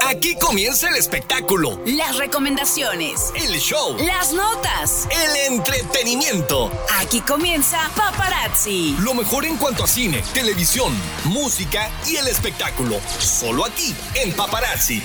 Aquí comienza el espectáculo, las recomendaciones, el show, las notas, el entretenimiento. Aquí comienza Paparazzi. Lo mejor en cuanto a cine, televisión, música y el espectáculo. Solo aquí, en Paparazzi.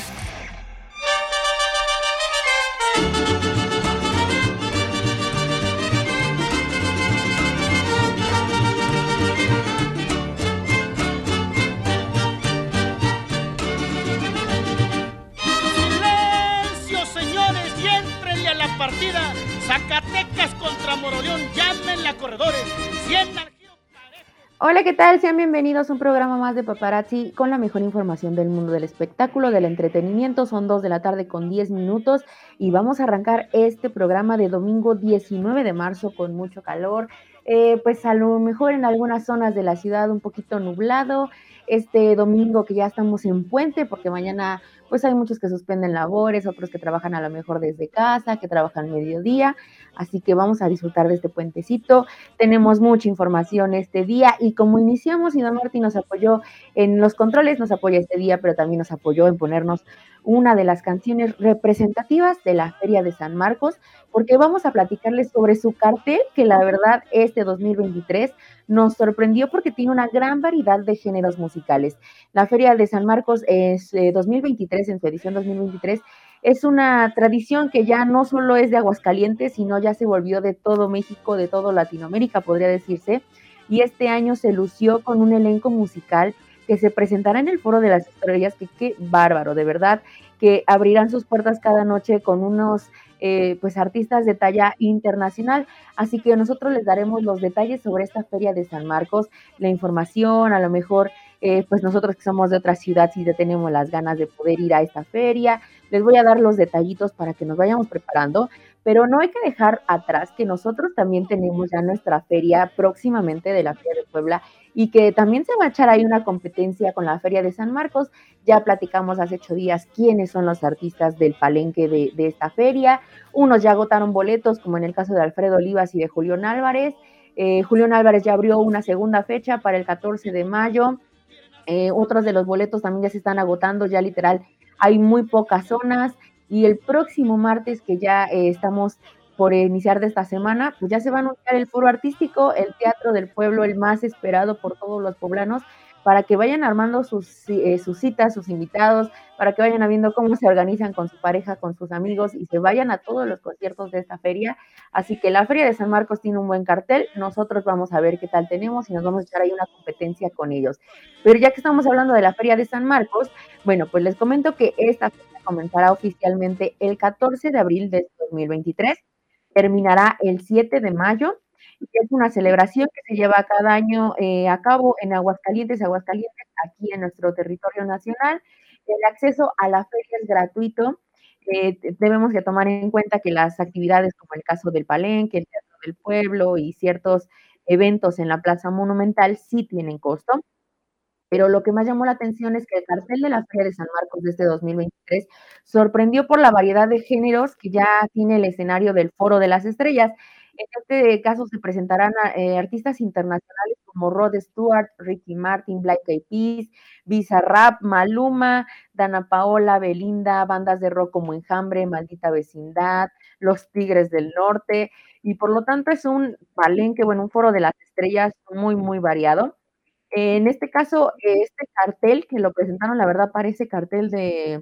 Partida, Zacatecas contra Moroleón, llámenla corredores, 100 al giro parejo. Hola, ¿qué tal? Sean bienvenidos a un programa más de Paparazzi con la mejor información del mundo del espectáculo, del entretenimiento. Son 2 de la tarde con 10 minutos y vamos a arrancar este programa de domingo 19 de marzo con mucho calor. Pues a lo mejor en algunas zonas de la ciudad un poquito nublado. Este domingo que ya estamos en puente, porque mañana pues hay muchos que suspenden labores, otros que trabajan a lo mejor desde casa, que trabajan mediodía, así que vamos a disfrutar de este puentecito. Tenemos mucha información este día y como iniciamos y Don Martín nos apoyó en los controles, nos apoya este día, pero también nos apoyó en ponernos una de las canciones representativas de la Feria de San Marcos, porque vamos a platicarles sobre su cartel, que la verdad este 2023 nos sorprendió porque tiene una gran variedad de géneros musicales. La Feria de San Marcos es 2023, en su edición 2023, es una tradición que ya no solo es de Aguascalientes, sino ya se volvió de todo México, de todo Latinoamérica, podría decirse, y este año se lució con un elenco musical que se presentará en el Foro de las Estrellas, que qué bárbaro, de verdad, que abrirán sus puertas cada noche con unos pues artistas de talla internacional, así que nosotros les daremos los detalles sobre esta Feria de San Marcos, la información, a lo mejor pues nosotros que somos de otra ciudad sí ya tenemos las ganas de poder ir a esta feria, les voy a dar los detallitos para que nos vayamos preparando, pero no hay que dejar atrás que nosotros también tenemos ya nuestra feria próximamente de la Feria de Puebla y que también se va a echar ahí una competencia con la Feria de San Marcos. Ya platicamos hace 8 días quiénes son los artistas del palenque de esta feria. Unos ya agotaron boletos, como en el caso de Alfredo Olivas y de Julián Álvarez. Julián Álvarez ya abrió una segunda fecha para el 14 de mayo. Otros de los boletos también ya se están agotando, ya literal hay muy pocas zonas. Y el próximo martes, que ya estamos por iniciar de esta semana, pues ya se va a anunciar el foro artístico, el Teatro del Pueblo, el más esperado por todos los poblanos, para que vayan armando sus citas, sus invitados, para que vayan viendo cómo se organizan con su pareja, con sus amigos y se vayan a todos los conciertos de esta feria. Así que la Feria de San Marcos tiene un buen cartel, nosotros vamos a ver qué tal tenemos y nos vamos a echar ahí una competencia con ellos. Pero ya que estamos hablando de la Feria de San Marcos, bueno, pues les comento que esta feria comenzará oficialmente el 14 de abril de 2023, terminará el 7 de mayo, y es una celebración que se lleva cada año a cabo en Aguascalientes, aquí en nuestro territorio nacional. El acceso a la feria es gratuito. Debemos de tomar en cuenta que las actividades como el caso del Palenque, el Teatro del Pueblo y ciertos eventos en la Plaza Monumental sí tienen costo. Pero lo que más llamó la atención es que el cartel de la Feria de San Marcos de este 2023 sorprendió por la variedad de géneros que ya tiene el escenario del Foro de las Estrellas. En este caso se presentarán artistas internacionales como Rod Stewart, Ricky Martin, Black Eyed Peas, Bizarrap, Maluma, Dana Paola, Belinda, bandas de rock como Enjambre, Maldita Vecindad, Los Tigres del Norte, y por lo tanto es un palenque, bueno, un Foro de las Estrellas muy, muy variado. En este caso, este cartel que lo presentaron, la verdad parece cartel de,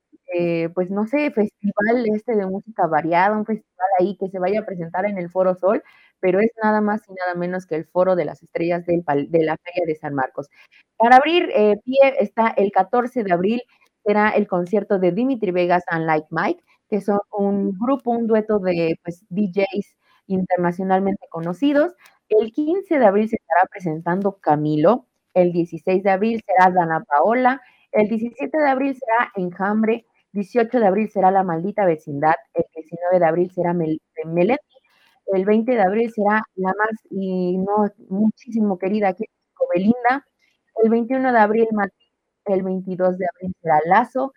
pues no sé, festival de música variada, un festival ahí que se vaya a presentar en el Foro Sol, pero es nada más y nada menos que el Foro de las Estrellas de la Feria de San Marcos. Para abrir pie está el 14 de abril, será el concierto de Dimitri Vegas and Like Mike, que son un grupo, un dueto de pues, DJs internacionalmente conocidos. El 15 de abril se estará presentando Camilo, el 16 de abril será Dana Paola, el 17 de abril será Enjambre, 18 de abril será La Maldita Vecindad, el 19 de abril será Melendi, el 20 de abril será la más y no muchísimo querida aquí Belinda, el 21 de abril Mati, el 22 de abril será Lazo,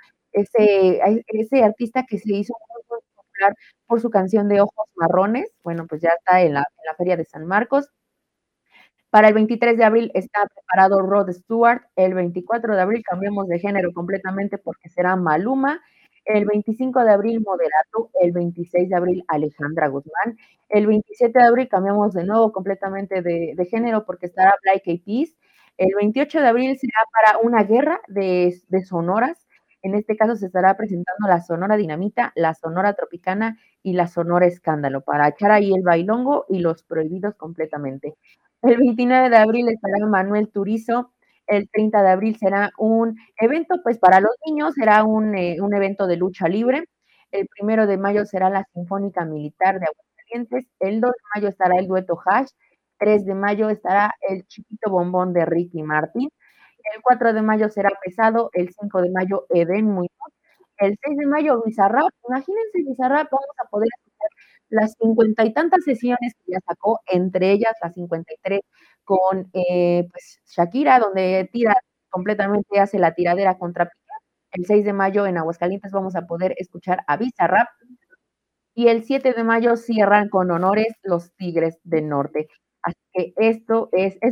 ese artista que se hizo muy popular por su canción de Ojos Marrones, bueno, pues ya está en la Feria de San Marcos. Para el 23 de abril está preparado Rod Stewart. El 24 de abril cambiamos de género completamente porque será Maluma. El 25 de abril Moderato. El 26 de abril Alejandra Guzmán. El 27 de abril cambiamos de nuevo completamente de género porque estará Black Eyed Peas. El 28 de abril será para una guerra de sonoras. En este caso se estará presentando la Sonora Dinamita, la Sonora Tropicana y la Sonora Escándalo, para echar ahí el bailongo y los prohibidos completamente. El 29 de abril estará Manuel Turizo. El 30 de abril será un evento, pues para los niños, será un evento de lucha libre. El 1 de mayo será la Sinfónica Militar de Aguascalientes. El 2 de mayo estará el dueto Hash. 3 de mayo estará el Chiquito Bombón de Ricky Martin. El 4 de mayo será Pesado. El 5 de mayo Eden Muñoz. El 6 de mayo Bizarrap. Imagínense Bizarrap, vamos a poder escuchar las 50 y tantas sesiones que ya sacó, entre ellas las 53 con pues Shakira, donde tira completamente, hace la tiradera contra Piqué. El 6 de mayo en Aguascalientes vamos a poder escuchar a Bizarrap. Y el 7 de mayo cierran con honores los Tigres del Norte. Así que este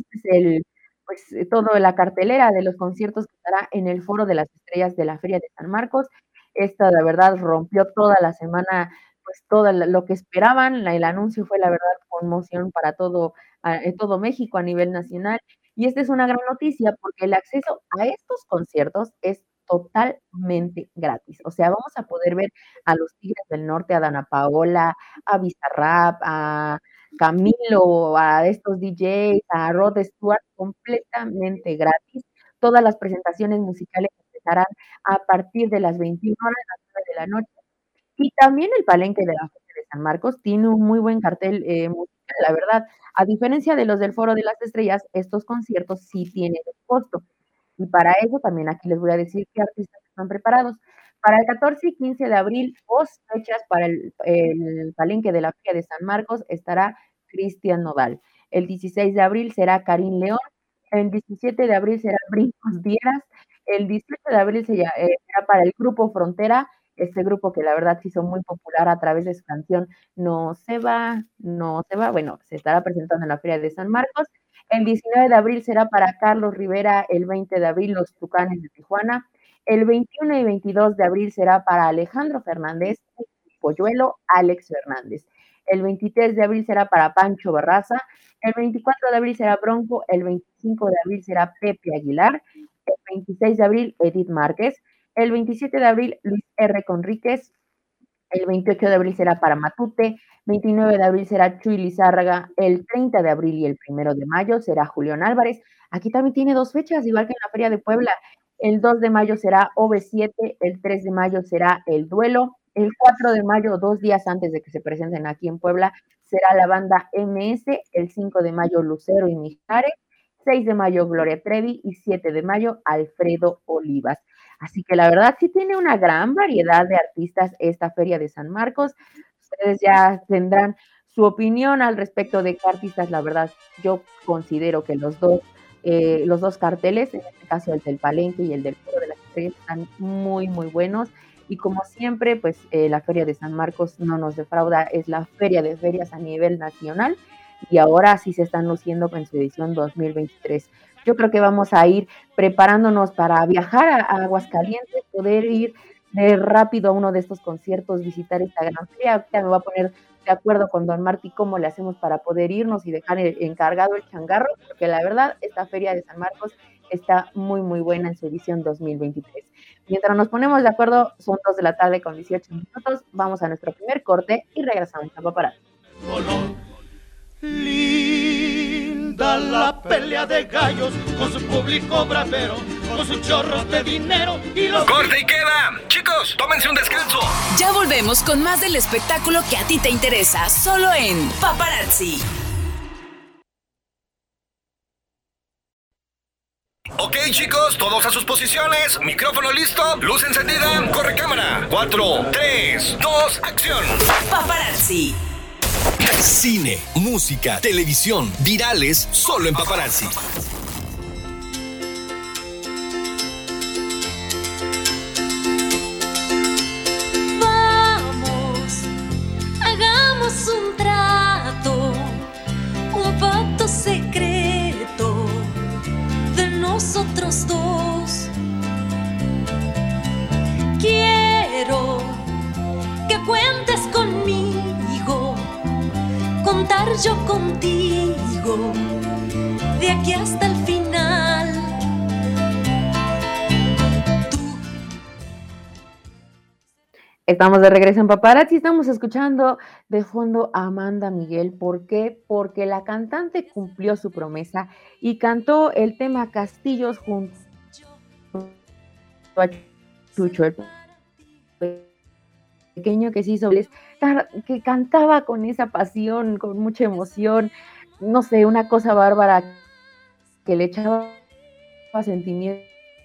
es pues toda la cartelera de los conciertos que estará en el Foro de las Estrellas de la Feria de San Marcos. Esta, la verdad, rompió toda la semana, pues todo lo que esperaban. El anuncio fue, la verdad, conmoción para todo México a nivel nacional. Y esta es una gran noticia porque el acceso a estos conciertos es totalmente gratis. O sea, vamos a poder ver a los Tigres del Norte, a Dana Paola, a Bizarrap, a Camilo, a estos DJs, a Rod Stewart, completamente gratis. Todas las presentaciones musicales empezarán a partir de las 21 horas, a las 9 de la noche. Y también el Palenque de la Feria de San Marcos tiene un muy buen cartel musical, la verdad. A diferencia de los del Foro de las Estrellas, estos conciertos sí tienen un costo. Y para eso también aquí les voy a decir qué artistas están preparados. Para el 14 y 15 de abril, 2 fechas para el Palenque de la Feria de San Marcos, estará Cristian Nodal. El 16 de abril será Karim León. El 17 de abril será Brincos Dieras. El 18 de abril será para el Grupo Frontera, este grupo que la verdad se hizo muy popular a través de su canción No se va, no se va. Bueno, se estará presentando en la Feria de San Marcos. El 19 de abril será para Carlos Rivera. El 20 de abril los Tucanes de Tijuana. El 21 y 22 de abril será para Alejandro Fernández y Polluelo Alex Fernández. El 23 de abril será para Pancho Barraza. El 24 de abril será Bronco. El 25 de abril será Pepe Aguilar. El 26 de abril Edith Márquez. El 27 de abril Luis R. Conríquez. El 28 de abril será para Matute. 29 de abril será Chuy Lizárraga. El 30 de abril y el 1 de mayo será Julián Álvarez. Aquí también tiene 2 fechas, igual que en la Feria de Puebla. El 2 de mayo será OV7. El 3 de mayo será El Duelo. El 4 de mayo, 2 días antes de que se presenten aquí en Puebla, será la banda MS. El 5 de mayo Lucero y Mijares. 6 de mayo Gloria Trevi y 7 de mayo Alfredo Olivas. Así que la verdad sí tiene una gran variedad de artistas esta Feria de San Marcos. Ustedes ya tendrán su opinión al respecto de qué artistas, la verdad, yo considero que los dos carteles, en este caso el del Palenque y el del Foro de las Estrellas, están muy, muy buenos. Y como siempre, pues la Feria de San Marcos no nos defrauda, es la feria de ferias a nivel nacional y ahora sí se están luciendo en su edición 2023. Yo creo que vamos a ir preparándonos para viajar a Aguascalientes, poder ir de rápido a uno de estos conciertos, visitar esta gran feria. Ahorita me voy a poner de acuerdo con Don Martí cómo le hacemos para poder irnos y dejar encargado el changarro, porque la verdad esta Feria de San Marcos está muy, muy buena en su edición 2023. Mientras nos ponemos de acuerdo, son 2 de la tarde con 18 minutos, vamos a nuestro primer corte y regresamos a Paparazzi. Linda la pelea de gallos con su público bravero, con sus chorros de dinero y los... ¡Corte y queda! Chicos, tómense un descanso. Ya volvemos con más del espectáculo que a ti te interesa, solo en Paparazzi. Ok, chicos, todos a sus posiciones. Micrófono listo, luz encendida, corre cámara. 4, 3, 2, acción. Paparazzi. Cine, música, televisión, virales, solo en Paparazzi. Vamos, hagamos un trato, un pacto secreto. yo contigo de aquí hasta el final. Estamos de regreso en Paparazzi, estamos escuchando de fondo a Amanda Miguel. ¿Por qué? Porque la cantante cumplió su promesa y cantó el tema Castillos junto a Chucho, el pequeño que se hizo, que cantaba con esa pasión, con mucha emoción, no sé, una cosa bárbara que le echaba sentimiento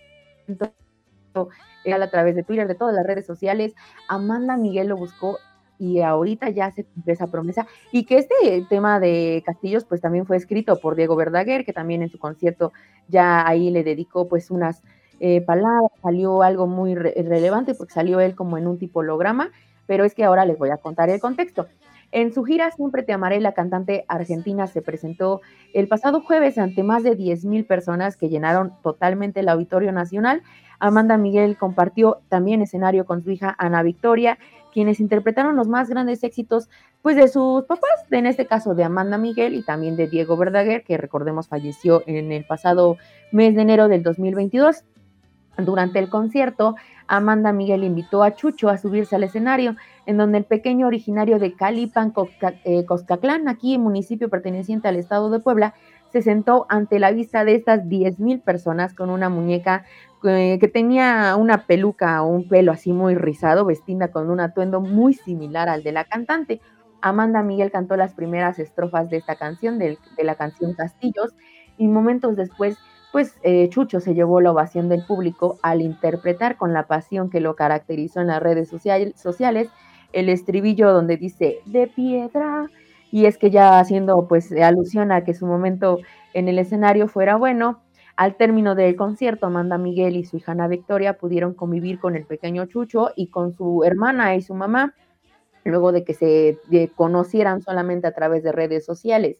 a través de Twitter, de todas las redes sociales. Amanda Miguel lo buscó y ahorita ya se cumple esa promesa, y que este tema de Castillos pues también fue escrito por Diego Verdaguer, que también en su concierto ya ahí le dedicó pues unas palabras, salió algo muy relevante porque salió él como en un tipo holograma, pero es que ahora les voy a contar el contexto. En su gira Siempre Te Amaré, la cantante argentina se presentó el pasado jueves ante más de 10,000 personas que llenaron totalmente el Auditorio Nacional. Amanda Miguel compartió también escenario con su hija Ana Victoria, quienes interpretaron los más grandes éxitos pues de sus papás, en este caso de Amanda Miguel y también de Diego Verdaguer, que recordemos falleció en el pasado mes de enero del 2022. Durante el concierto, Amanda Miguel invitó a Chucho a subirse al escenario, en donde el pequeño originario de Calipan, Coscatlán, aquí municipio perteneciente al estado de Puebla, se sentó ante la vista de estas 10,000 personas con una muñeca que tenía una peluca o un pelo así muy rizado, vestida con un atuendo muy similar al de la cantante. Amanda Miguel cantó las primeras estrofas de esta canción, de la canción Castillos, y momentos después pues Chucho se llevó la ovación del público al interpretar con la pasión que lo caracterizó en las redes sociales el estribillo donde dice de piedra, y es que ya haciendo pues alusión a que su momento en el escenario fuera bueno. Al término del concierto, Amanda Miguel y su hija Ana Victoria pudieron convivir con el pequeño Chucho y con su hermana y su mamá, luego de que se conocieran solamente a través de redes sociales.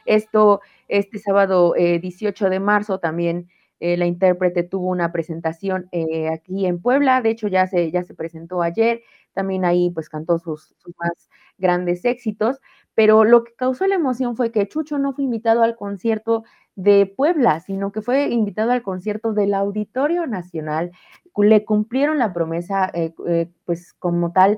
Este sábado 18 de marzo también la intérprete tuvo una presentación aquí en Puebla, de hecho ya se presentó ayer, también ahí pues cantó sus más grandes éxitos, pero lo que causó la emoción fue que Chucho no fue invitado al concierto de Puebla, sino que fue invitado al concierto del Auditorio Nacional. Le cumplieron la promesa, pues como tal,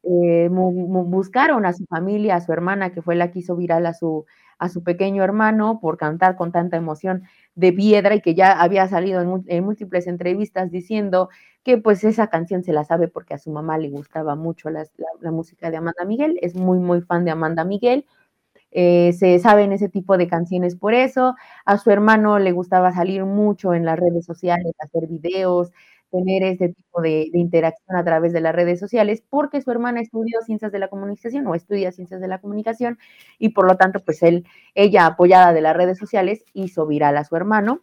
buscaron a su familia, a su hermana, que fue la que hizo viral a su pequeño hermano por cantar con tanta emoción de piedra, y que ya había salido en múltiples entrevistas diciendo que pues esa canción se la sabe porque a su mamá le gustaba mucho la música de Amanda Miguel, es muy, muy fan de Amanda Miguel. Se saben ese tipo de canciones por eso. A su hermano le gustaba salir mucho en las redes sociales, hacer videos, tener ese tipo de interacción a través de las redes sociales, porque su hermana estudió ciencias de la comunicación o estudia ciencias de la comunicación, y por lo tanto, pues ella apoyada de las redes sociales hizo viral a su hermano,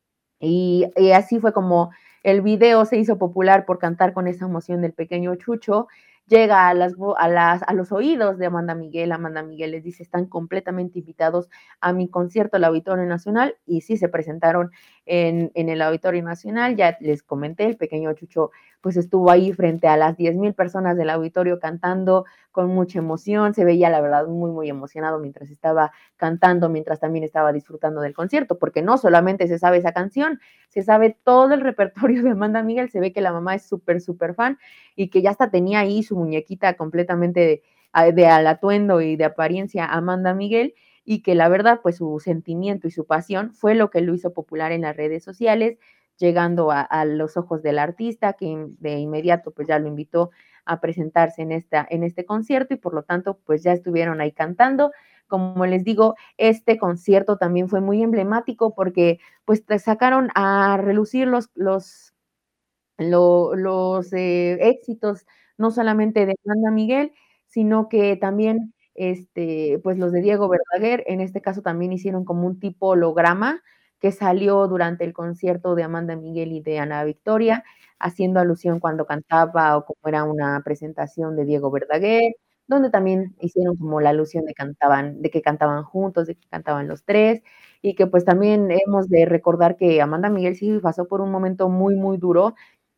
y así fue como el video se hizo popular por cantar con esa emoción del pequeño Chucho. Llega a los oídos de Amanda Miguel. Amanda Miguel les dice, están completamente invitados a mi concierto al Auditorio Nacional, y sí se presentaron en el Auditorio Nacional. Ya les comenté, el pequeño Chucho pues estuvo ahí frente a las 10,000 personas del auditorio cantando con mucha emoción, se veía la verdad muy, muy emocionado mientras estaba cantando, mientras también estaba disfrutando del concierto, porque no solamente se sabe esa canción, se sabe todo el repertorio de Amanda Miguel. Se ve que la mamá es súper, súper fan, y que ya hasta tenía ahí su muñequita completamente de al atuendo y de apariencia Amanda Miguel, y que la verdad pues su sentimiento y su pasión fue lo que lo hizo popular en las redes sociales, llegando a los ojos del artista, que de inmediato pues ya lo invitó a presentarse en este concierto, y por lo tanto pues ya estuvieron ahí cantando. Como les digo, este concierto también fue muy emblemático porque pues sacaron a relucir los éxitos, no solamente de Amanda Miguel, sino que también pues los de Diego Verdaguer. En este caso también hicieron como un tipo holograma que salió durante el concierto de Amanda Miguel y de Ana Victoria, haciendo alusión cuando cantaba o como era una presentación de Diego Verdaguer, donde también hicieron como la alusión de que cantaban juntos, de que cantaban los tres, y que pues también hemos de recordar que Amanda Miguel sí pasó por un momento muy, muy duro,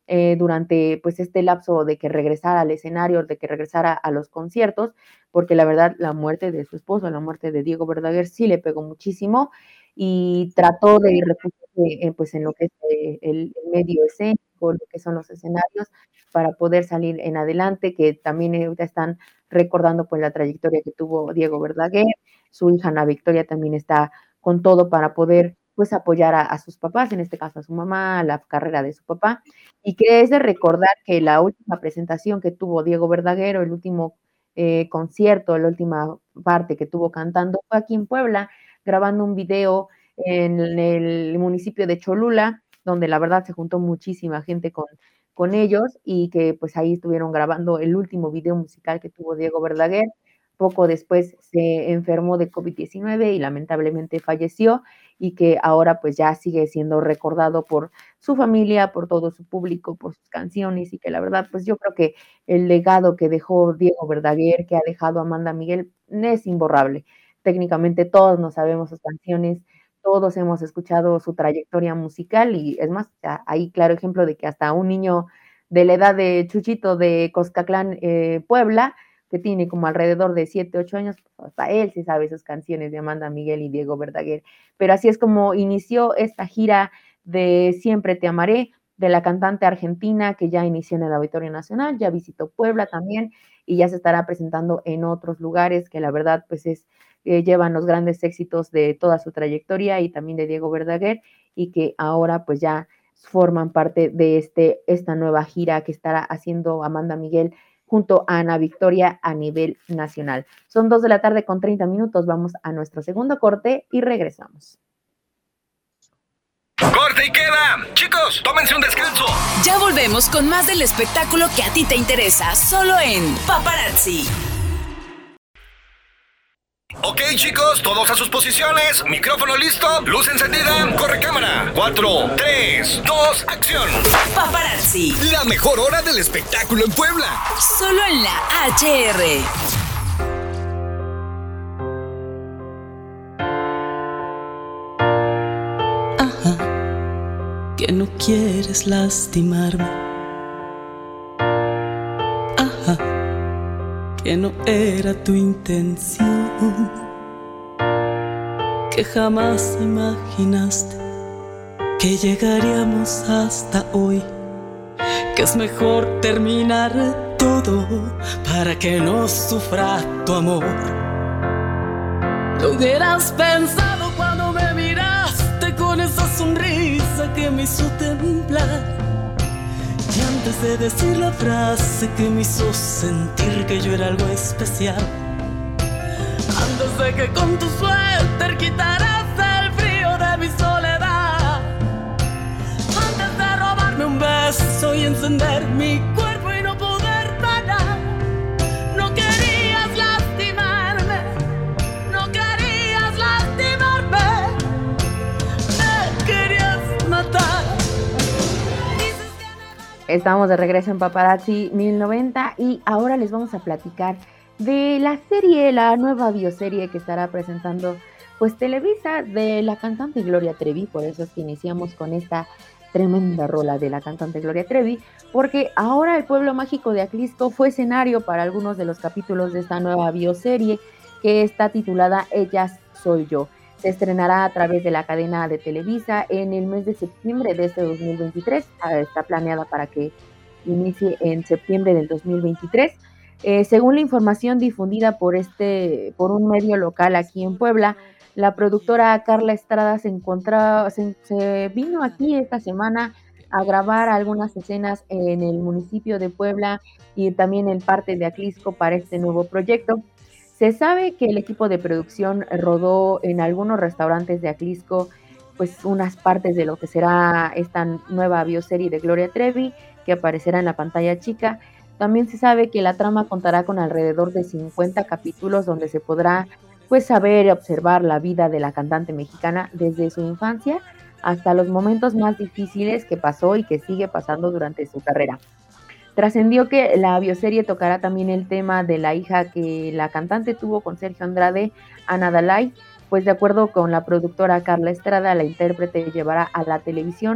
durante pues este lapso de que regresara al escenario, de que regresara a los conciertos, porque la verdad la muerte de su esposo, la muerte de Diego Verdaguer sí le pegó muchísimo y trató de refugiarse pues en lo que es el medio escénico, lo que son los escenarios, para poder salir en adelante, que también ahorita están recordando pues la trayectoria que tuvo Diego Verdaguer, su hija Ana Victoria también está con todo para poder pues apoyar a sus papás, en este caso a su mamá, a la carrera de su papá, y que es de recordar que la última presentación que tuvo Diego Verdaguer, o el último concierto, la última parte que tuvo cantando fue aquí en Puebla, grabando un video en el municipio de Cholula, donde la verdad se juntó muchísima gente con ellos y que pues ahí estuvieron grabando el último video musical que tuvo Diego Verdaguer. Poco después se enfermó de COVID-19 y lamentablemente falleció, y que ahora pues ya sigue siendo recordado por su familia, por todo su público, por sus canciones, y que la verdad pues yo creo que el legado que dejó Diego Verdaguer, que ha dejado Amanda Miguel, es imborrable. Técnicamente todos nos sabemos sus canciones, todos hemos escuchado su trayectoria musical y es más, hay claro ejemplo de que hasta un niño de la edad de Chuchito de Coscatlán, Puebla, que tiene como alrededor de 7, 8 años, pues hasta él sí sabe sus canciones de Amanda Miguel y Diego Verdaguer. Pero así es como inició esta gira de Siempre te amaré, de la cantante argentina, que ya inició en el Auditorio Nacional, ya visitó Puebla también, y ya se estará presentando en otros lugares que la verdad pues llevan los grandes éxitos de toda su trayectoria y también de Diego Verdaguer, y que ahora pues ya forman parte de esta nueva gira que estará haciendo Amanda Miguel junto a Ana Victoria a nivel nacional. Son 2:30 p.m, vamos a nuestro segundo corte y regresamos. ¡Corte y queda! Chicos, tómense un descanso. Ya volvemos con más del espectáculo que a ti te interesa, solo en Paparazzi. Ok, chicos, todos a sus posiciones. Micrófono listo, luz encendida, corre cámara. 4, 3, 2, acción. Paparazzi. La mejor hora del espectáculo en Puebla. Solo en la HR. Ajá, que no quieres lastimarme. Ajá, que no era tu intención, que jamás imaginaste que llegaríamos hasta hoy, que es mejor terminar todo para que no sufra tu amor. Lo hubieras pensado cuando me miraste con esa sonrisa que me hizo temblar, y antes de decir la frase que me hizo sentir que yo era algo especial, antes de que con tu suéter quitaras el frío de mi soledad, antes de robarme un beso y encender mi cuerpo y no poder parar, no querías lastimarme, no querías lastimarme, me querías matar. Estamos de regreso en Paparazzi 1090 y ahora les vamos a platicar de la serie, la nueva bioserie que estará presentando pues Televisa, de la cantante Gloria Trevi. Por eso es que iniciamos con esta tremenda rola de la cantante Gloria Trevi, porque ahora el pueblo mágico de Aclisco fue escenario para algunos de los capítulos de esta nueva bioserie que está titulada Ellas Soy Yo. Se estrenará a través de la cadena de Televisa en el mes de septiembre de este 2023. Está planeada para que inicie en septiembre del 2023. Según la información difundida por un medio local aquí en Puebla, la productora Carla Estrada se vino aquí esta semana a grabar algunas escenas en el municipio de Puebla y también en parte de Aclisco para este nuevo proyecto. Se sabe que el equipo de producción rodó en algunos restaurantes de Aclisco pues unas partes de lo que será esta nueva bioserie de Gloria Trevi, que aparecerá en la pantalla chica. También se sabe que la trama contará con alrededor de 50 capítulos donde se podrá pues saber y observar la vida de la cantante mexicana desde su infancia hasta los momentos más difíciles que pasó y que sigue pasando durante su carrera. Trascendió que la bioserie tocará también el tema de la hija que la cantante tuvo con Sergio Andrade, Ana Dalai, pues de acuerdo con la productora Carla Estrada, la intérprete llevará a la televisión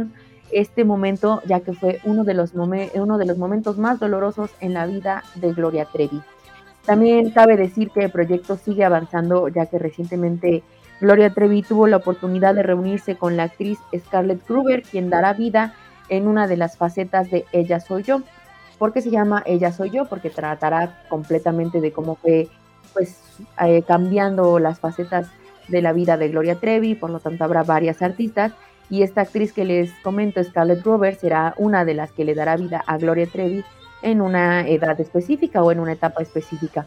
este momento, ya que fue uno de los momentos más dolorosos en la vida de Gloria Trevi. También cabe decir que el proyecto sigue avanzando, ya que recientemente Gloria Trevi tuvo la oportunidad de reunirse con la actriz Scarlett Gruber, quien dará vida en una de las facetas de Ella Soy Yo. ¿Por qué se llama Ella Soy Yo? Porque tratará completamente de cómo fue pues cambiando las facetas de la vida de Gloria Trevi, por lo tanto habrá varias artistas, y esta actriz que les comento, Scarlett Gruber, será una de las que le dará vida a Gloria Trevi en una edad específica o en una etapa específica.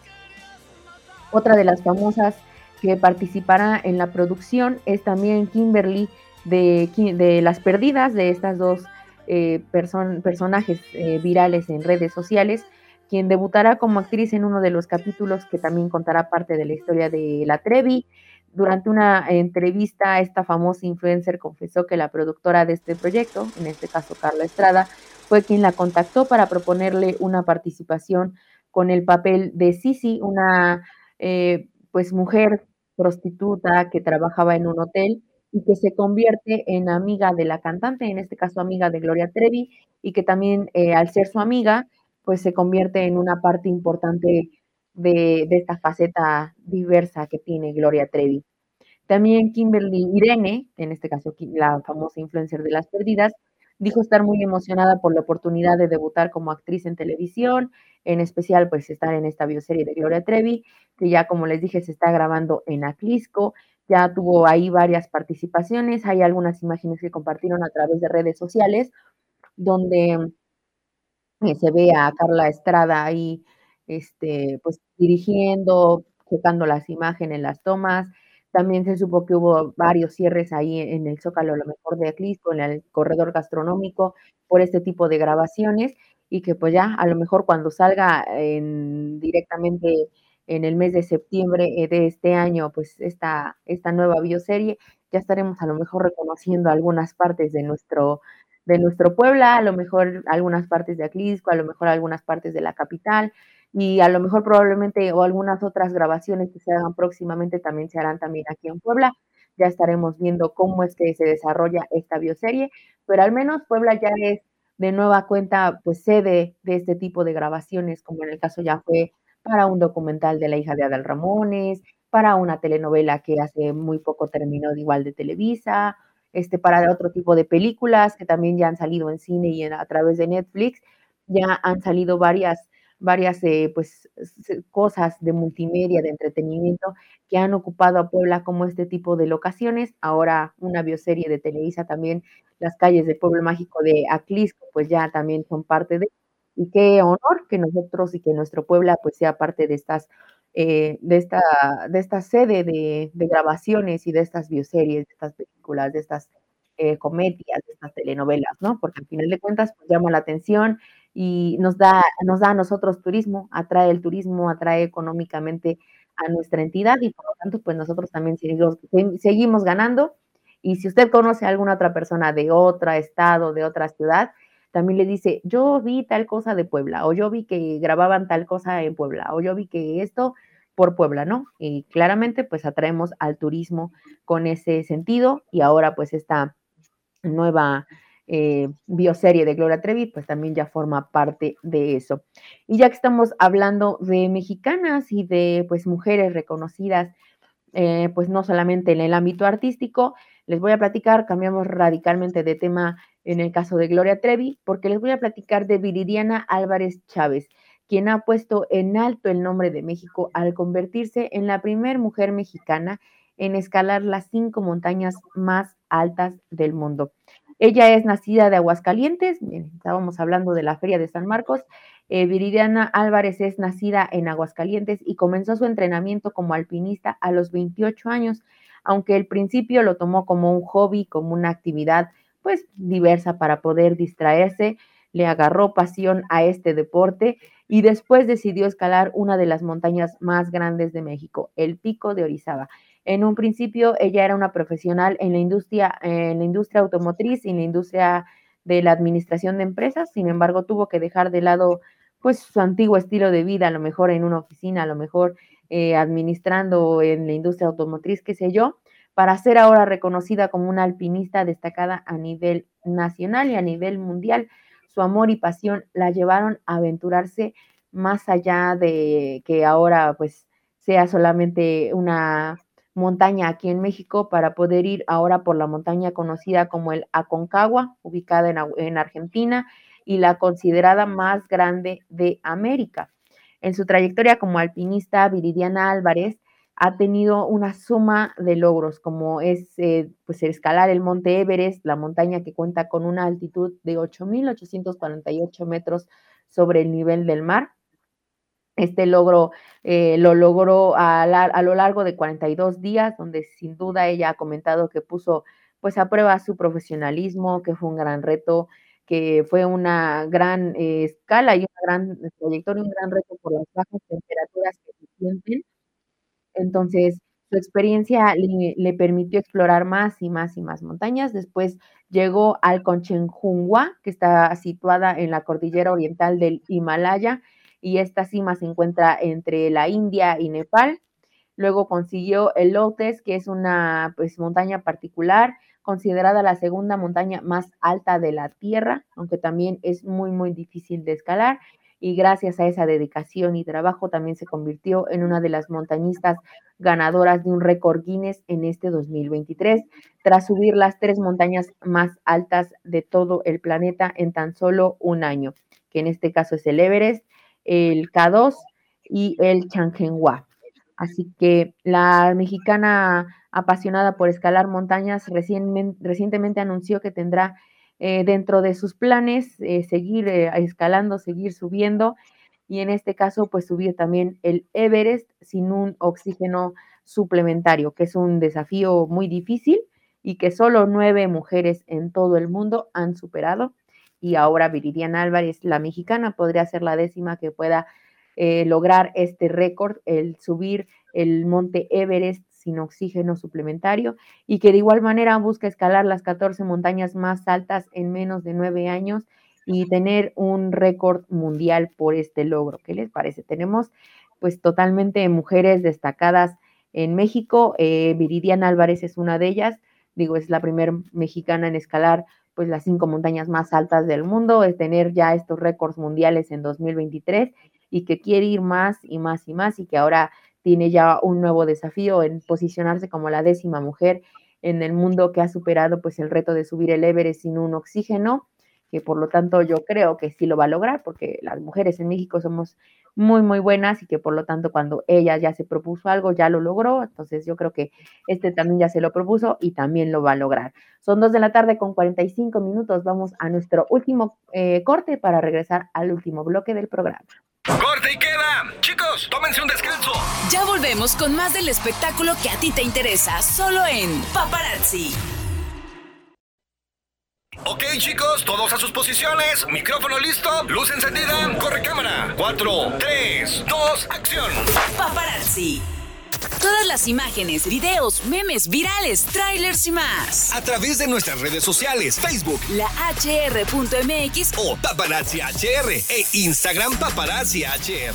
Otra de las famosas que participará en la producción es también Kimberly de Las Perdidas, de estas dos personajes virales en redes sociales, quien debutará como actriz en uno de los capítulos que también contará parte de la historia de la Trevi. Durante una entrevista, esta famosa influencer confesó que la productora de este proyecto, en este caso Carla Estrada, fue quien la contactó para proponerle una participación con el papel de Sisi, una pues mujer prostituta que trabajaba en un hotel y que se convierte en amiga de la cantante, en este caso amiga de Gloria Trevi, y que también al ser su amiga, pues se convierte en una parte importante de esta faceta diversa que tiene Gloria Trevi. También Kimberly Irene, en este caso la famosa influencer de Las Perdidas, dijo estar muy emocionada por la oportunidad de debutar como actriz en televisión, en especial pues estar en esta bioserie de Gloria Trevi, que ya como les dije se está grabando en Atlisco, ya tuvo ahí varias participaciones, hay algunas imágenes que compartieron a través de redes sociales, donde se ve a Carla Estrada ahí, pues dirigiendo, checando las imágenes, las tomas. También se supo que hubo varios cierres ahí en el Zócalo, a lo mejor de Atlisco, en el corredor gastronómico, por este tipo de grabaciones, y que pues ya a lo mejor cuando salga directamente en el mes de septiembre de este año, pues esta nueva bioserie, ya estaremos a lo mejor reconociendo algunas partes de nuestro Puebla, a lo mejor algunas partes de Atlisco, a lo mejor algunas partes de la capital, y a lo mejor probablemente o algunas otras grabaciones que se hagan próximamente también se harán también aquí en Puebla. Ya estaremos viendo cómo es que se desarrolla esta bioserie, pero al menos Puebla ya es de nueva cuenta pues sede de este tipo de grabaciones, como en el caso ya fue para un documental de la hija de Adal Ramones, para una telenovela que hace muy poco terminó de igual de Televisa, para otro tipo de películas que también ya han salido en cine y a través de Netflix, ya han salido varias pues, cosas de multimedia, de entretenimiento, que han ocupado a Puebla como este tipo de locaciones. Ahora una bioserie de Televisa también, las calles del pueblo mágico de Atlisco, pues ya también son parte de, y qué honor que nosotros y que nuestro Puebla pues sea parte de esta sede de grabaciones y de estas bioseries, de estas películas, de estas comedias, de estas telenovelas, ¿no? Porque al final de cuentas pues llama la atención y nos da a nosotros turismo, atrae el turismo, atrae económicamente a nuestra entidad y por lo tanto pues nosotros también seguimos ganando. Y si usted conoce a alguna otra persona de otro estado, de otra ciudad, también le dice, yo vi tal cosa de Puebla, o yo vi que grababan tal cosa en Puebla, o yo vi que esto por Puebla, ¿no? Y claramente pues atraemos al turismo con ese sentido y ahora pues esta nueva bioserie de Gloria Trevi pues también ya forma parte de eso. Y ya que estamos hablando de mexicanas y de pues mujeres reconocidas pues no solamente en el ámbito artístico, les voy a platicar, cambiamos radicalmente de tema en el caso de Gloria Trevi, porque les voy a platicar de Viridiana Álvarez Chávez, quien ha puesto en alto el nombre de México al convertirse en la primera mujer mexicana en escalar las 5 montañas más altas del mundo. Ella es nacida de Aguascalientes, estábamos hablando de la Feria de San Marcos. Viridiana Álvarez es nacida en Aguascalientes y comenzó su entrenamiento como alpinista a los 28 años, aunque al principio lo tomó como un hobby, como una actividad pues diversa para poder distraerse, le agarró pasión a este deporte y después decidió escalar una de las montañas más grandes de México, el Pico de Orizaba. En un principio ella era una profesional en la industria automotriz y en la industria de la administración de empresas, sin embargo tuvo que dejar de lado pues su antiguo estilo de vida, a lo mejor en una oficina, a lo mejor administrando en la industria automotriz, qué sé yo, para ser ahora reconocida como una alpinista destacada a nivel nacional y a nivel mundial. Su amor y pasión la llevaron a aventurarse más allá de que ahora pues sea solamente una montaña aquí en México, para poder ir ahora por la montaña conocida como el Aconcagua, ubicada en Argentina y la considerada más grande de América. En su trayectoria como alpinista, Viridiana Álvarez ha tenido una suma de logros, como es pues escalar el Monte Everest, la montaña que cuenta con una altitud de 8.848 metros sobre el nivel del mar. Este logro lo logró a lo largo de 42 días, donde sin duda ella ha comentado que puso pues a prueba su profesionalismo, que fue un gran reto, que fue una gran escala y una gran trayectoria, un gran reto por las bajas temperaturas que se sienten. Entonces, su experiencia le permitió explorar más y más y más montañas. Después llegó al Conchenjunghua, que está situada en la cordillera oriental del Himalaya, y esta cima se encuentra entre la India y Nepal. Luego consiguió el Lotes, que es una pues, montaña particular, considerada la segunda montaña más alta de la Tierra, aunque también es muy, muy difícil de escalar. Y gracias a esa dedicación y trabajo también se convirtió en una de las montañistas ganadoras de un récord Guinness en este 2023, tras subir las 3 montañas más altas de todo el planeta en tan solo un año, que en este caso es el Everest, el K2 y el Changenhua. Así que la mexicana apasionada por escalar montañas recientemente anunció que tendrá dentro de sus planes seguir escalando, seguir subiendo, y en este caso pues subir también el Everest sin un oxígeno suplementario, que es un desafío muy difícil y que solo 9 mujeres en todo el mundo han superado, y ahora Viridiana Álvarez, la mexicana, podría ser la 10ª que pueda lograr este récord, el subir el monte Everest sin oxígeno suplementario, y que de igual manera busca escalar las 14 montañas más altas en menos de 9 años y tener un récord mundial por este logro. ¿Qué les parece? Tenemos pues totalmente mujeres destacadas en México. Viridiana Álvarez es una de ellas, digo, es la primera mexicana en escalar pues las 5 montañas más altas del mundo, es tener ya estos récords mundiales en 2023, y que quiere ir más y más y más, y que ahora tiene ya un nuevo desafío en posicionarse como la 10ª mujer en el mundo que ha superado pues el reto de subir el Everest sin un oxígeno, que por lo tanto yo creo que sí lo va a lograr, porque las mujeres en México somos muy, muy buenas, y que por lo tanto cuando ella ya se propuso algo, ya lo logró. Entonces yo creo que este también ya se lo propuso y también lo va a lograr. Son 2 de la tarde con 45 minutos. Vamos a nuestro último corte para regresar al último bloque del programa. ¡Corte y queda! Chicos, tómense un descanso. Ya volvemos con más del espectáculo que a ti te interesa, solo en Paparazzi. Ok, chicos, todos a sus posiciones. Micrófono listo, luz encendida, corre cámara. 4, 3, 2, acción. Paparazzi. Todas las imágenes, videos, memes, virales, trailers y más. A través de nuestras redes sociales, Facebook, La HR.mx o Paparazzi HR e Instagram Paparazzi HR.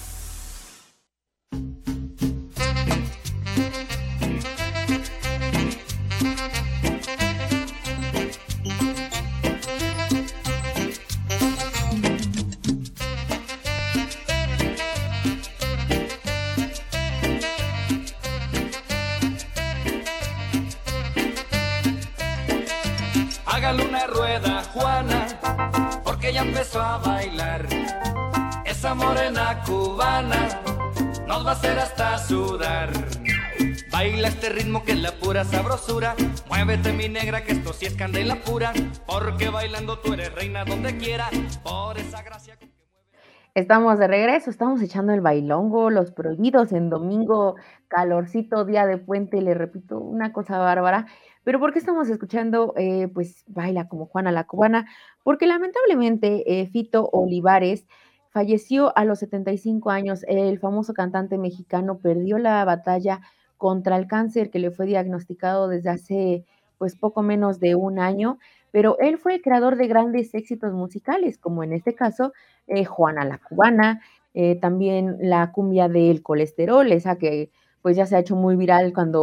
Hágale una rueda, Juana, porque ya empezó a bailar. Esa morena cubana nos va a hacer hasta sudar. Baila este ritmo que es la pura sabrosura. Muévete mi negra que esto sí es candela pura. Porque bailando tú eres reina donde quiera. Por esa gracia con que mueve. Estamos de regreso, estamos echando el bailongo, los prohibidos en domingo, calorcito, día de puente, le repito, una cosa bárbara. Pero ¿por qué estamos escuchando, pues, Baila como Juana la Cubana? Porque lamentablemente Fito Olivares falleció a los 75 años. El famoso cantante mexicano perdió la batalla contra el cáncer que le fue diagnosticado desde hace, pues, poco menos de un año, pero él fue el creador de grandes éxitos musicales, como en este caso, Juana la Cubana, también la cumbia del colesterol, esa que, pues, ya se ha hecho muy viral cuando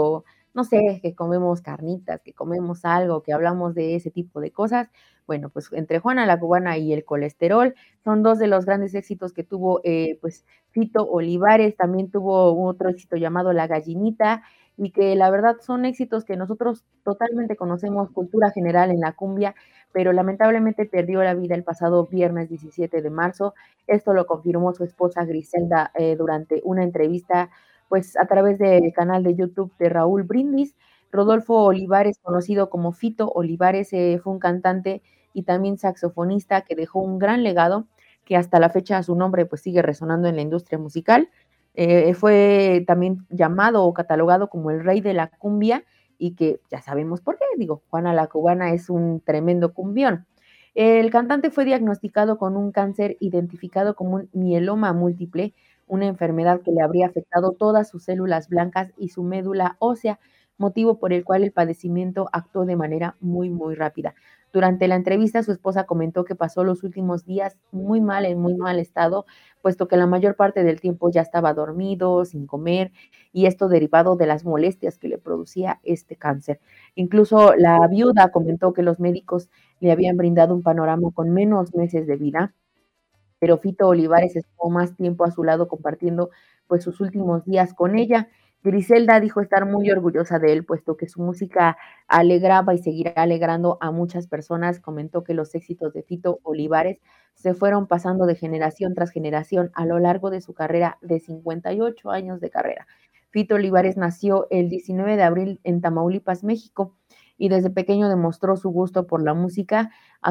no sé, que comemos carnitas, que comemos algo, que hablamos de ese tipo de cosas. Bueno, pues entre Juana la Cubana y el colesterol son dos de los grandes éxitos que tuvo pues Fito Olivares, también tuvo otro éxito llamado La Gallinita, y que la verdad son éxitos que nosotros totalmente conocemos, cultura general en la cumbia, pero lamentablemente perdió la vida el pasado viernes 17 de marzo. Esto lo confirmó su esposa Griselda durante una entrevista pues a través del canal de YouTube de Raúl Brindis. Rodolfo Olivares, conocido como Fito Olivares, fue un cantante y también saxofonista que dejó un gran legado que hasta la fecha su nombre pues sigue resonando en la industria musical. Fue también llamado o catalogado como el rey de la cumbia y que ya sabemos por qué, digo, Juana la Cubana es un tremendo cumbión. El cantante fue diagnosticado con un cáncer identificado como un mieloma múltiple, una enfermedad que le habría afectado todas sus células blancas y su médula ósea, motivo por el cual el padecimiento actuó de manera muy rápida. Durante la entrevista, su esposa comentó que pasó los últimos días muy mal, en muy mal estado, puesto que la mayor parte del tiempo ya estaba dormido, sin comer, y esto derivado de las molestias que le producía este cáncer. Incluso la viuda comentó que los médicos le habían brindado un panorama con menos meses de vida, pero Fito Olivares estuvo más tiempo a su lado compartiendo pues sus últimos días con ella. Griselda dijo estar muy orgullosa de él, puesto que su música alegraba y seguirá alegrando a muchas personas. Comentó que los éxitos de Fito Olivares se fueron pasando de generación tras generación a lo largo de su carrera de 58 años de carrera. Fito Olivares nació el 19 de abril en Tamaulipas, México, y desde pequeño demostró su gusto por la música.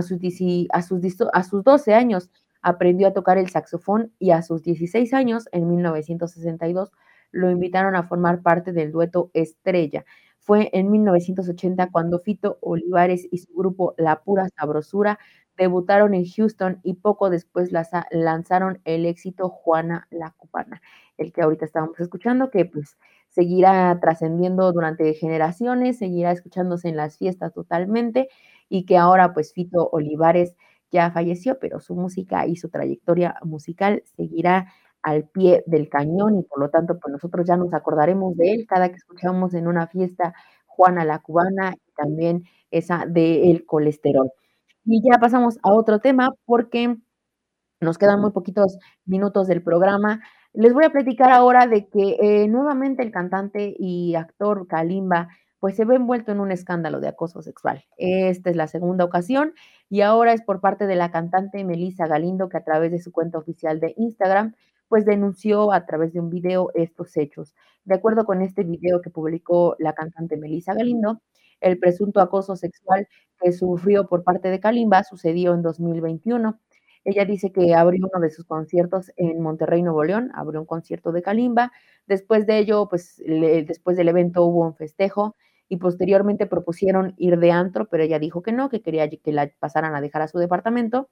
A sus 12 años aprendió a tocar el saxofón y a sus 16 años, en 1962, lo invitaron a formar parte del dueto Estrella. Fue en 1980 cuando Fito Olivares y su grupo La Pura Sabrosura debutaron en Houston y poco después lanzaron el éxito Juana la Cubana, el que ahorita estábamos escuchando, que pues seguirá trascendiendo durante generaciones, seguirá escuchándose en las fiestas totalmente, y que ahora pues Fito Olivares ya falleció, pero su música y su trayectoria musical seguirá al pie del cañón y por lo tanto, pues nosotros ya nos acordaremos de él cada que escuchamos en una fiesta Juana la Cubana y también esa de El Colesterol. Y ya pasamos a otro tema porque nos quedan muy poquitos minutos del programa. Les voy a platicar ahora de que nuevamente el cantante y actor Kalimba pues se ve envuelto en un escándalo de acoso sexual. Esta es la segunda ocasión y ahora es por parte de la cantante Melissa Galindo, que a través de su cuenta oficial de Instagram pues denunció a través de un video estos hechos. De acuerdo con este video que publicó la cantante Melissa Galindo, el presunto acoso sexual que sufrió por parte de Kalimba sucedió en 2021. Ella dice que abrió uno de sus conciertos en Monterrey, Nuevo León, abrió un concierto de Kalimba. Después de ello, pues después del evento hubo un festejo y posteriormente propusieron ir de antro, pero ella dijo que no, que quería que la pasaran a dejar a su departamento.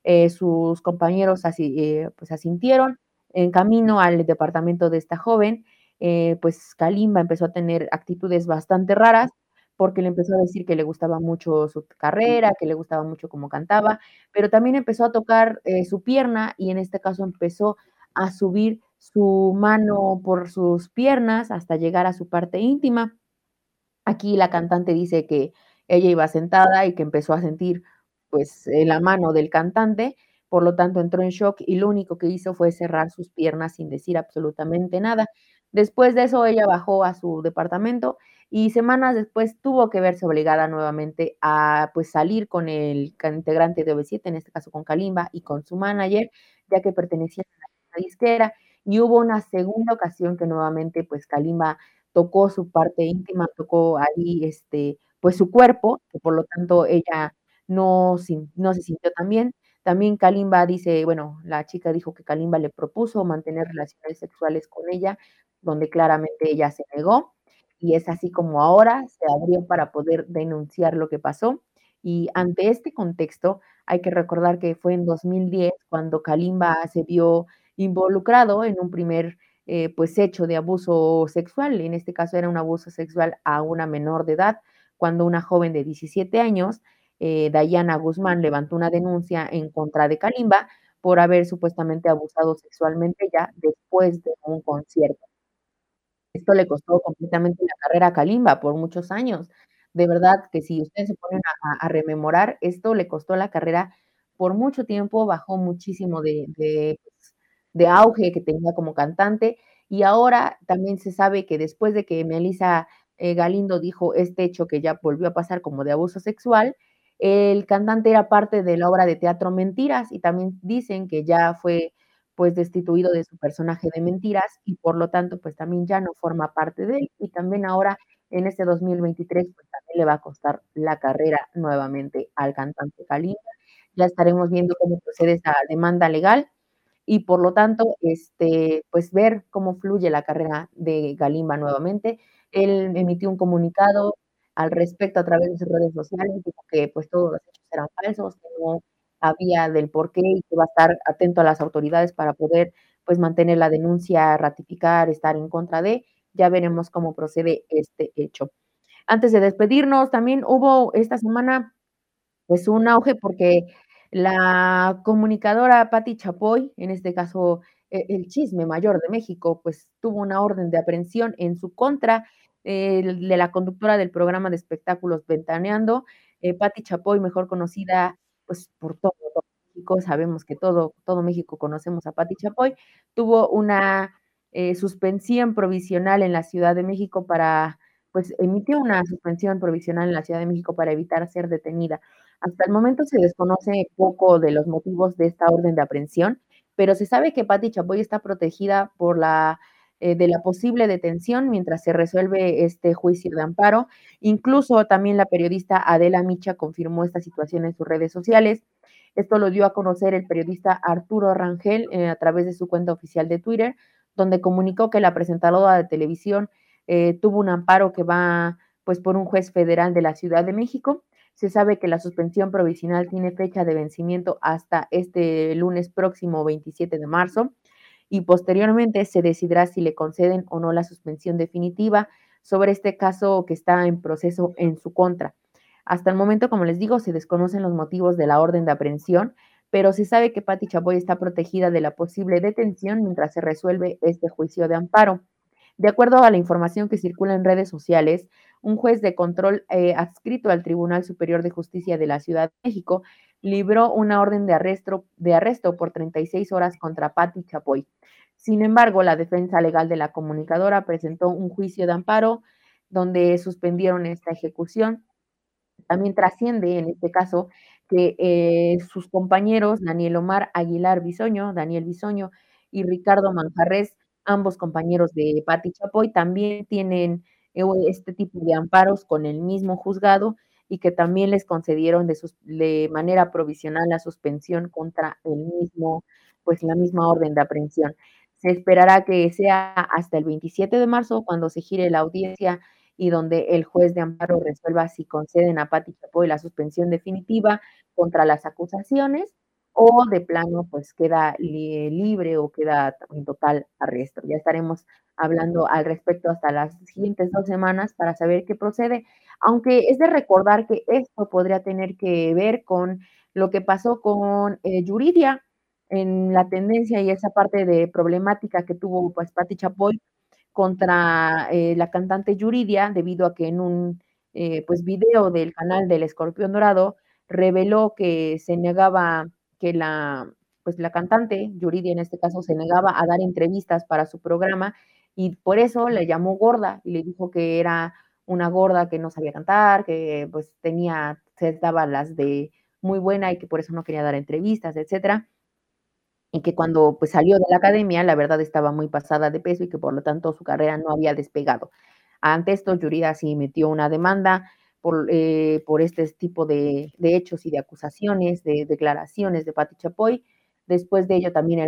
Sus compañeros pues asintieron. En camino al departamento de esta joven, pues Kalimba empezó a tener actitudes bastante raras, porque le empezó a decir que le gustaba mucho su carrera, que le gustaba mucho cómo cantaba, pero también empezó a tocar su pierna y en este caso empezó a subir su mano por sus piernas hasta llegar a su parte íntima. Aquí la cantante dice que ella iba sentada y que empezó a sentir pues la mano del cantante, por lo tanto entró en shock y lo único que hizo fue cerrar sus piernas sin decir absolutamente nada. Después de eso ella bajó a su departamento y semanas después tuvo que verse obligada nuevamente a pues salir con el integrante de OV7, en este caso con Kalimba y con su manager, ya que pertenecían a la misma disquera, y hubo una segunda ocasión que nuevamente pues Kalimba tocó su parte íntima, tocó ahí, pues su cuerpo, que por lo tanto ella no se sintió tan bien. También Kalimba dice, bueno, la chica dijo que Kalimba le propuso mantener relaciones sexuales con ella, donde claramente ella se negó, y es así como ahora se abrió para poder denunciar lo que pasó. Y ante este contexto, hay que recordar que fue en 2010 cuando Kalimba se vio involucrado en un primer pues hecho de abuso sexual. En este caso era un abuso sexual a una menor de edad, cuando una joven de 17 años, Dayana Guzmán, levantó una denuncia en contra de Kalimba por haber supuestamente abusado sexualmente ya después de un concierto. Esto le costó completamente la carrera a Kalimba por muchos años. De verdad que si ustedes se ponen a rememorar, esto le costó la carrera por mucho tiempo, bajó muchísimo de auge que tenía como cantante, y ahora también se sabe que después de que Melissa, Galindo dijo este hecho que ya volvió a pasar como de abuso sexual, el cantante era parte de la obra de teatro Mentiras, y también dicen que ya fue pues destituido de su personaje de Mentiras y por lo tanto pues también ya no forma parte de él y también ahora en este 2023 pues también le va a costar la carrera nuevamente al cantante Kalimba. Ya estaremos viendo cómo procede esa demanda legal y por lo tanto, pues ver cómo fluye la carrera de Kalimba nuevamente. Él emitió un comunicado al respecto a través de sus redes sociales, dijo que pues todos los hechos eran falsos, que no había del por qué y que va a estar atento a las autoridades para poder pues mantener la denuncia, ratificar, estar en contra de. Ya veremos cómo procede este hecho. Antes de despedirnos, también hubo esta semana pues un auge porque la comunicadora Patti Chapoy, en este caso, el chisme mayor de México, pues tuvo una orden de aprehensión en su contra, de la conductora del programa de espectáculos Ventaneando, Patti Chapoy, mejor conocida, pues, por todo México, sabemos que todo México conocemos a Patti Chapoy, tuvo una, suspensión provisional en la Ciudad de México para pues, emitió una suspensión provisional en la Ciudad de México para evitar ser detenida. Hasta el momento se desconoce poco de los motivos de esta orden de aprehensión, pero se sabe que Patti Chapoy está protegida por de la posible detención mientras se resuelve este juicio de amparo. Incluso también la periodista Adela Micha confirmó esta situación en sus redes sociales. Esto lo dio a conocer el periodista Arturo Rangel a través de su cuenta oficial de Twitter, donde comunicó que la presentadora de televisión tuvo un amparo que va pues por un juez federal de la Ciudad de México. Se sabe que la suspensión provisional tiene fecha de vencimiento hasta este lunes próximo 27 de marzo y posteriormente se decidirá si le conceden o no la suspensión definitiva sobre este caso que está en proceso en su contra. Hasta el momento, como les digo, se desconocen los motivos de la orden de aprehensión, pero se sabe que Patti Chapoy está protegida de la posible detención mientras se resuelve este juicio de amparo. De acuerdo a la información que circula en redes sociales, un juez de control adscrito al Tribunal Superior de Justicia de la Ciudad de México libró una orden de arresto por 36 horas contra Patti Chapoy. Sin embargo, la defensa legal de la comunicadora presentó un juicio de amparo donde suspendieron esta ejecución. También trasciende en este caso que sus compañeros Daniel Omar Aguilar Bisoño, Daniel Bisoño y Ricardo Manjarres, ambos compañeros de Patti Chapoy, también tienen este tipo de amparos con el mismo juzgado y que también les concedieron de manera provisional la suspensión contra el mismo, pues la misma orden de aprehensión. Se esperará que sea hasta el 27 de marzo cuando se gire la audiencia y donde el juez de amparo resuelva si conceden a Patti Chapoy la suspensión definitiva contra las acusaciones o de plano pues queda libre o queda en total arresto. Ya estaremos hablando al respecto hasta las siguientes 2 semanas para saber qué procede, aunque es de recordar que esto podría tener que ver con lo que pasó con Yuridia en la tendencia y esa parte de problemática que tuvo pues Patti Chapoy contra la cantante Yuridia, debido a que en un pues video del canal del Escorpión Dorado reveló que se negaba, que pues la cantante, Yuridia en este caso, se negaba a dar entrevistas para su programa y por eso le llamó gorda y le dijo que era una gorda que no sabía cantar, que pues se daba las de muy buena y que por eso no quería dar entrevistas, etcétera y que cuando pues salió de la academia, la verdad estaba muy pasada de peso y que por lo tanto su carrera no había despegado. Ante esto, Yuridia sí metió una demanda por este tipo de hechos y de acusaciones, de declaraciones de Patti Chapoy. Después de ello, también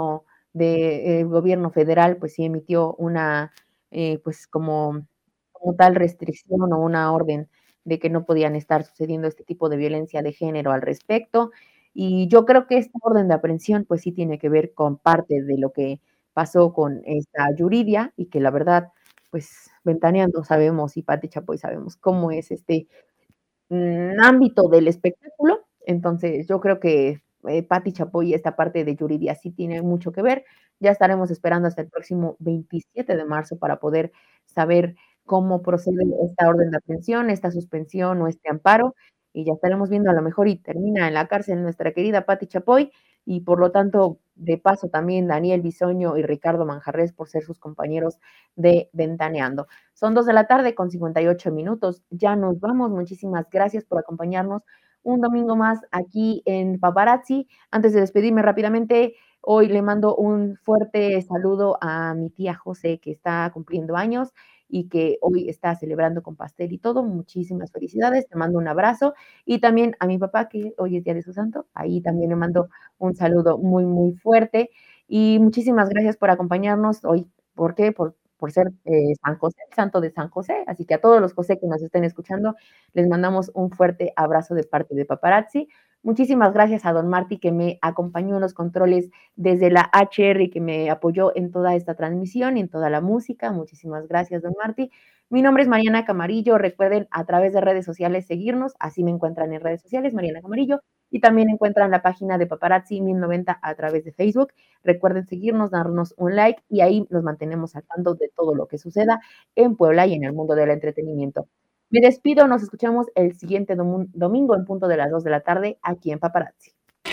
el gobierno federal, pues sí emitió una, pues como tal restricción o una orden de que no podían estar sucediendo este tipo de violencia de género al respecto. Y yo creo que esta orden de aprehensión, pues sí tiene que ver con parte de lo que pasó con esta Yuridia y que la verdad, pues Ventaneando sabemos y Patti Chapoy sabemos cómo es este ámbito del espectáculo. Entonces, yo creo que Patti Chapoy, esta parte de Yuridia sí tiene mucho que ver. Ya estaremos esperando hasta el próximo 27 de marzo para poder saber cómo procede esta orden de aprehensión, esta suspensión o este amparo, y ya estaremos viendo a lo mejor y termina en la cárcel nuestra querida Patti Chapoy, y por lo tanto, de paso también Daniel Bisoño y Ricardo Manjarres por ser sus compañeros de Ventaneando. Son 2 de la tarde con 58 minutos, ya nos vamos, muchísimas gracias por acompañarnos un domingo más aquí en Paparazzi. Antes de despedirme rápidamente, hoy le mando un fuerte saludo a mi tía José, que está cumpliendo años y que hoy está celebrando con pastel y todo. Muchísimas felicidades, te mando un abrazo. Y también a mi papá, que hoy es día de su santo, ahí también le mando un saludo muy, muy fuerte. Y muchísimas gracias por acompañarnos hoy. ¿Por qué? Por ser San José, el santo de San José. Así que a todos los José que nos estén escuchando, les mandamos un fuerte abrazo de parte de Paparazzi. Muchísimas gracias a don Marty, que me acompañó en los controles desde la HR y que me apoyó en toda esta transmisión y en toda la música. Muchísimas gracias, don Marty. Mi nombre es Mariana Camarillo. Recuerden a través de redes sociales seguirnos. Así me encuentran en redes sociales, Mariana Camarillo. Y también encuentran la página de Paparazzi 1090 a través de Facebook. Recuerden seguirnos, darnos un like y ahí nos mantenemos al tanto de todo lo que suceda en Puebla y en el mundo del entretenimiento. Me despido, nos escuchamos el siguiente domingo en punto de las 2 de la tarde aquí en Paparazzi.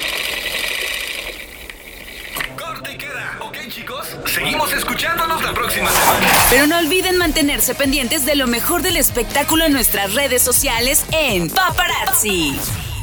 Corte y queda, ¿ok, chicos? Seguimos escuchándonos la próxima semana. Pero no olviden mantenerse pendientes de lo mejor del espectáculo en nuestras redes sociales en Paparazzi.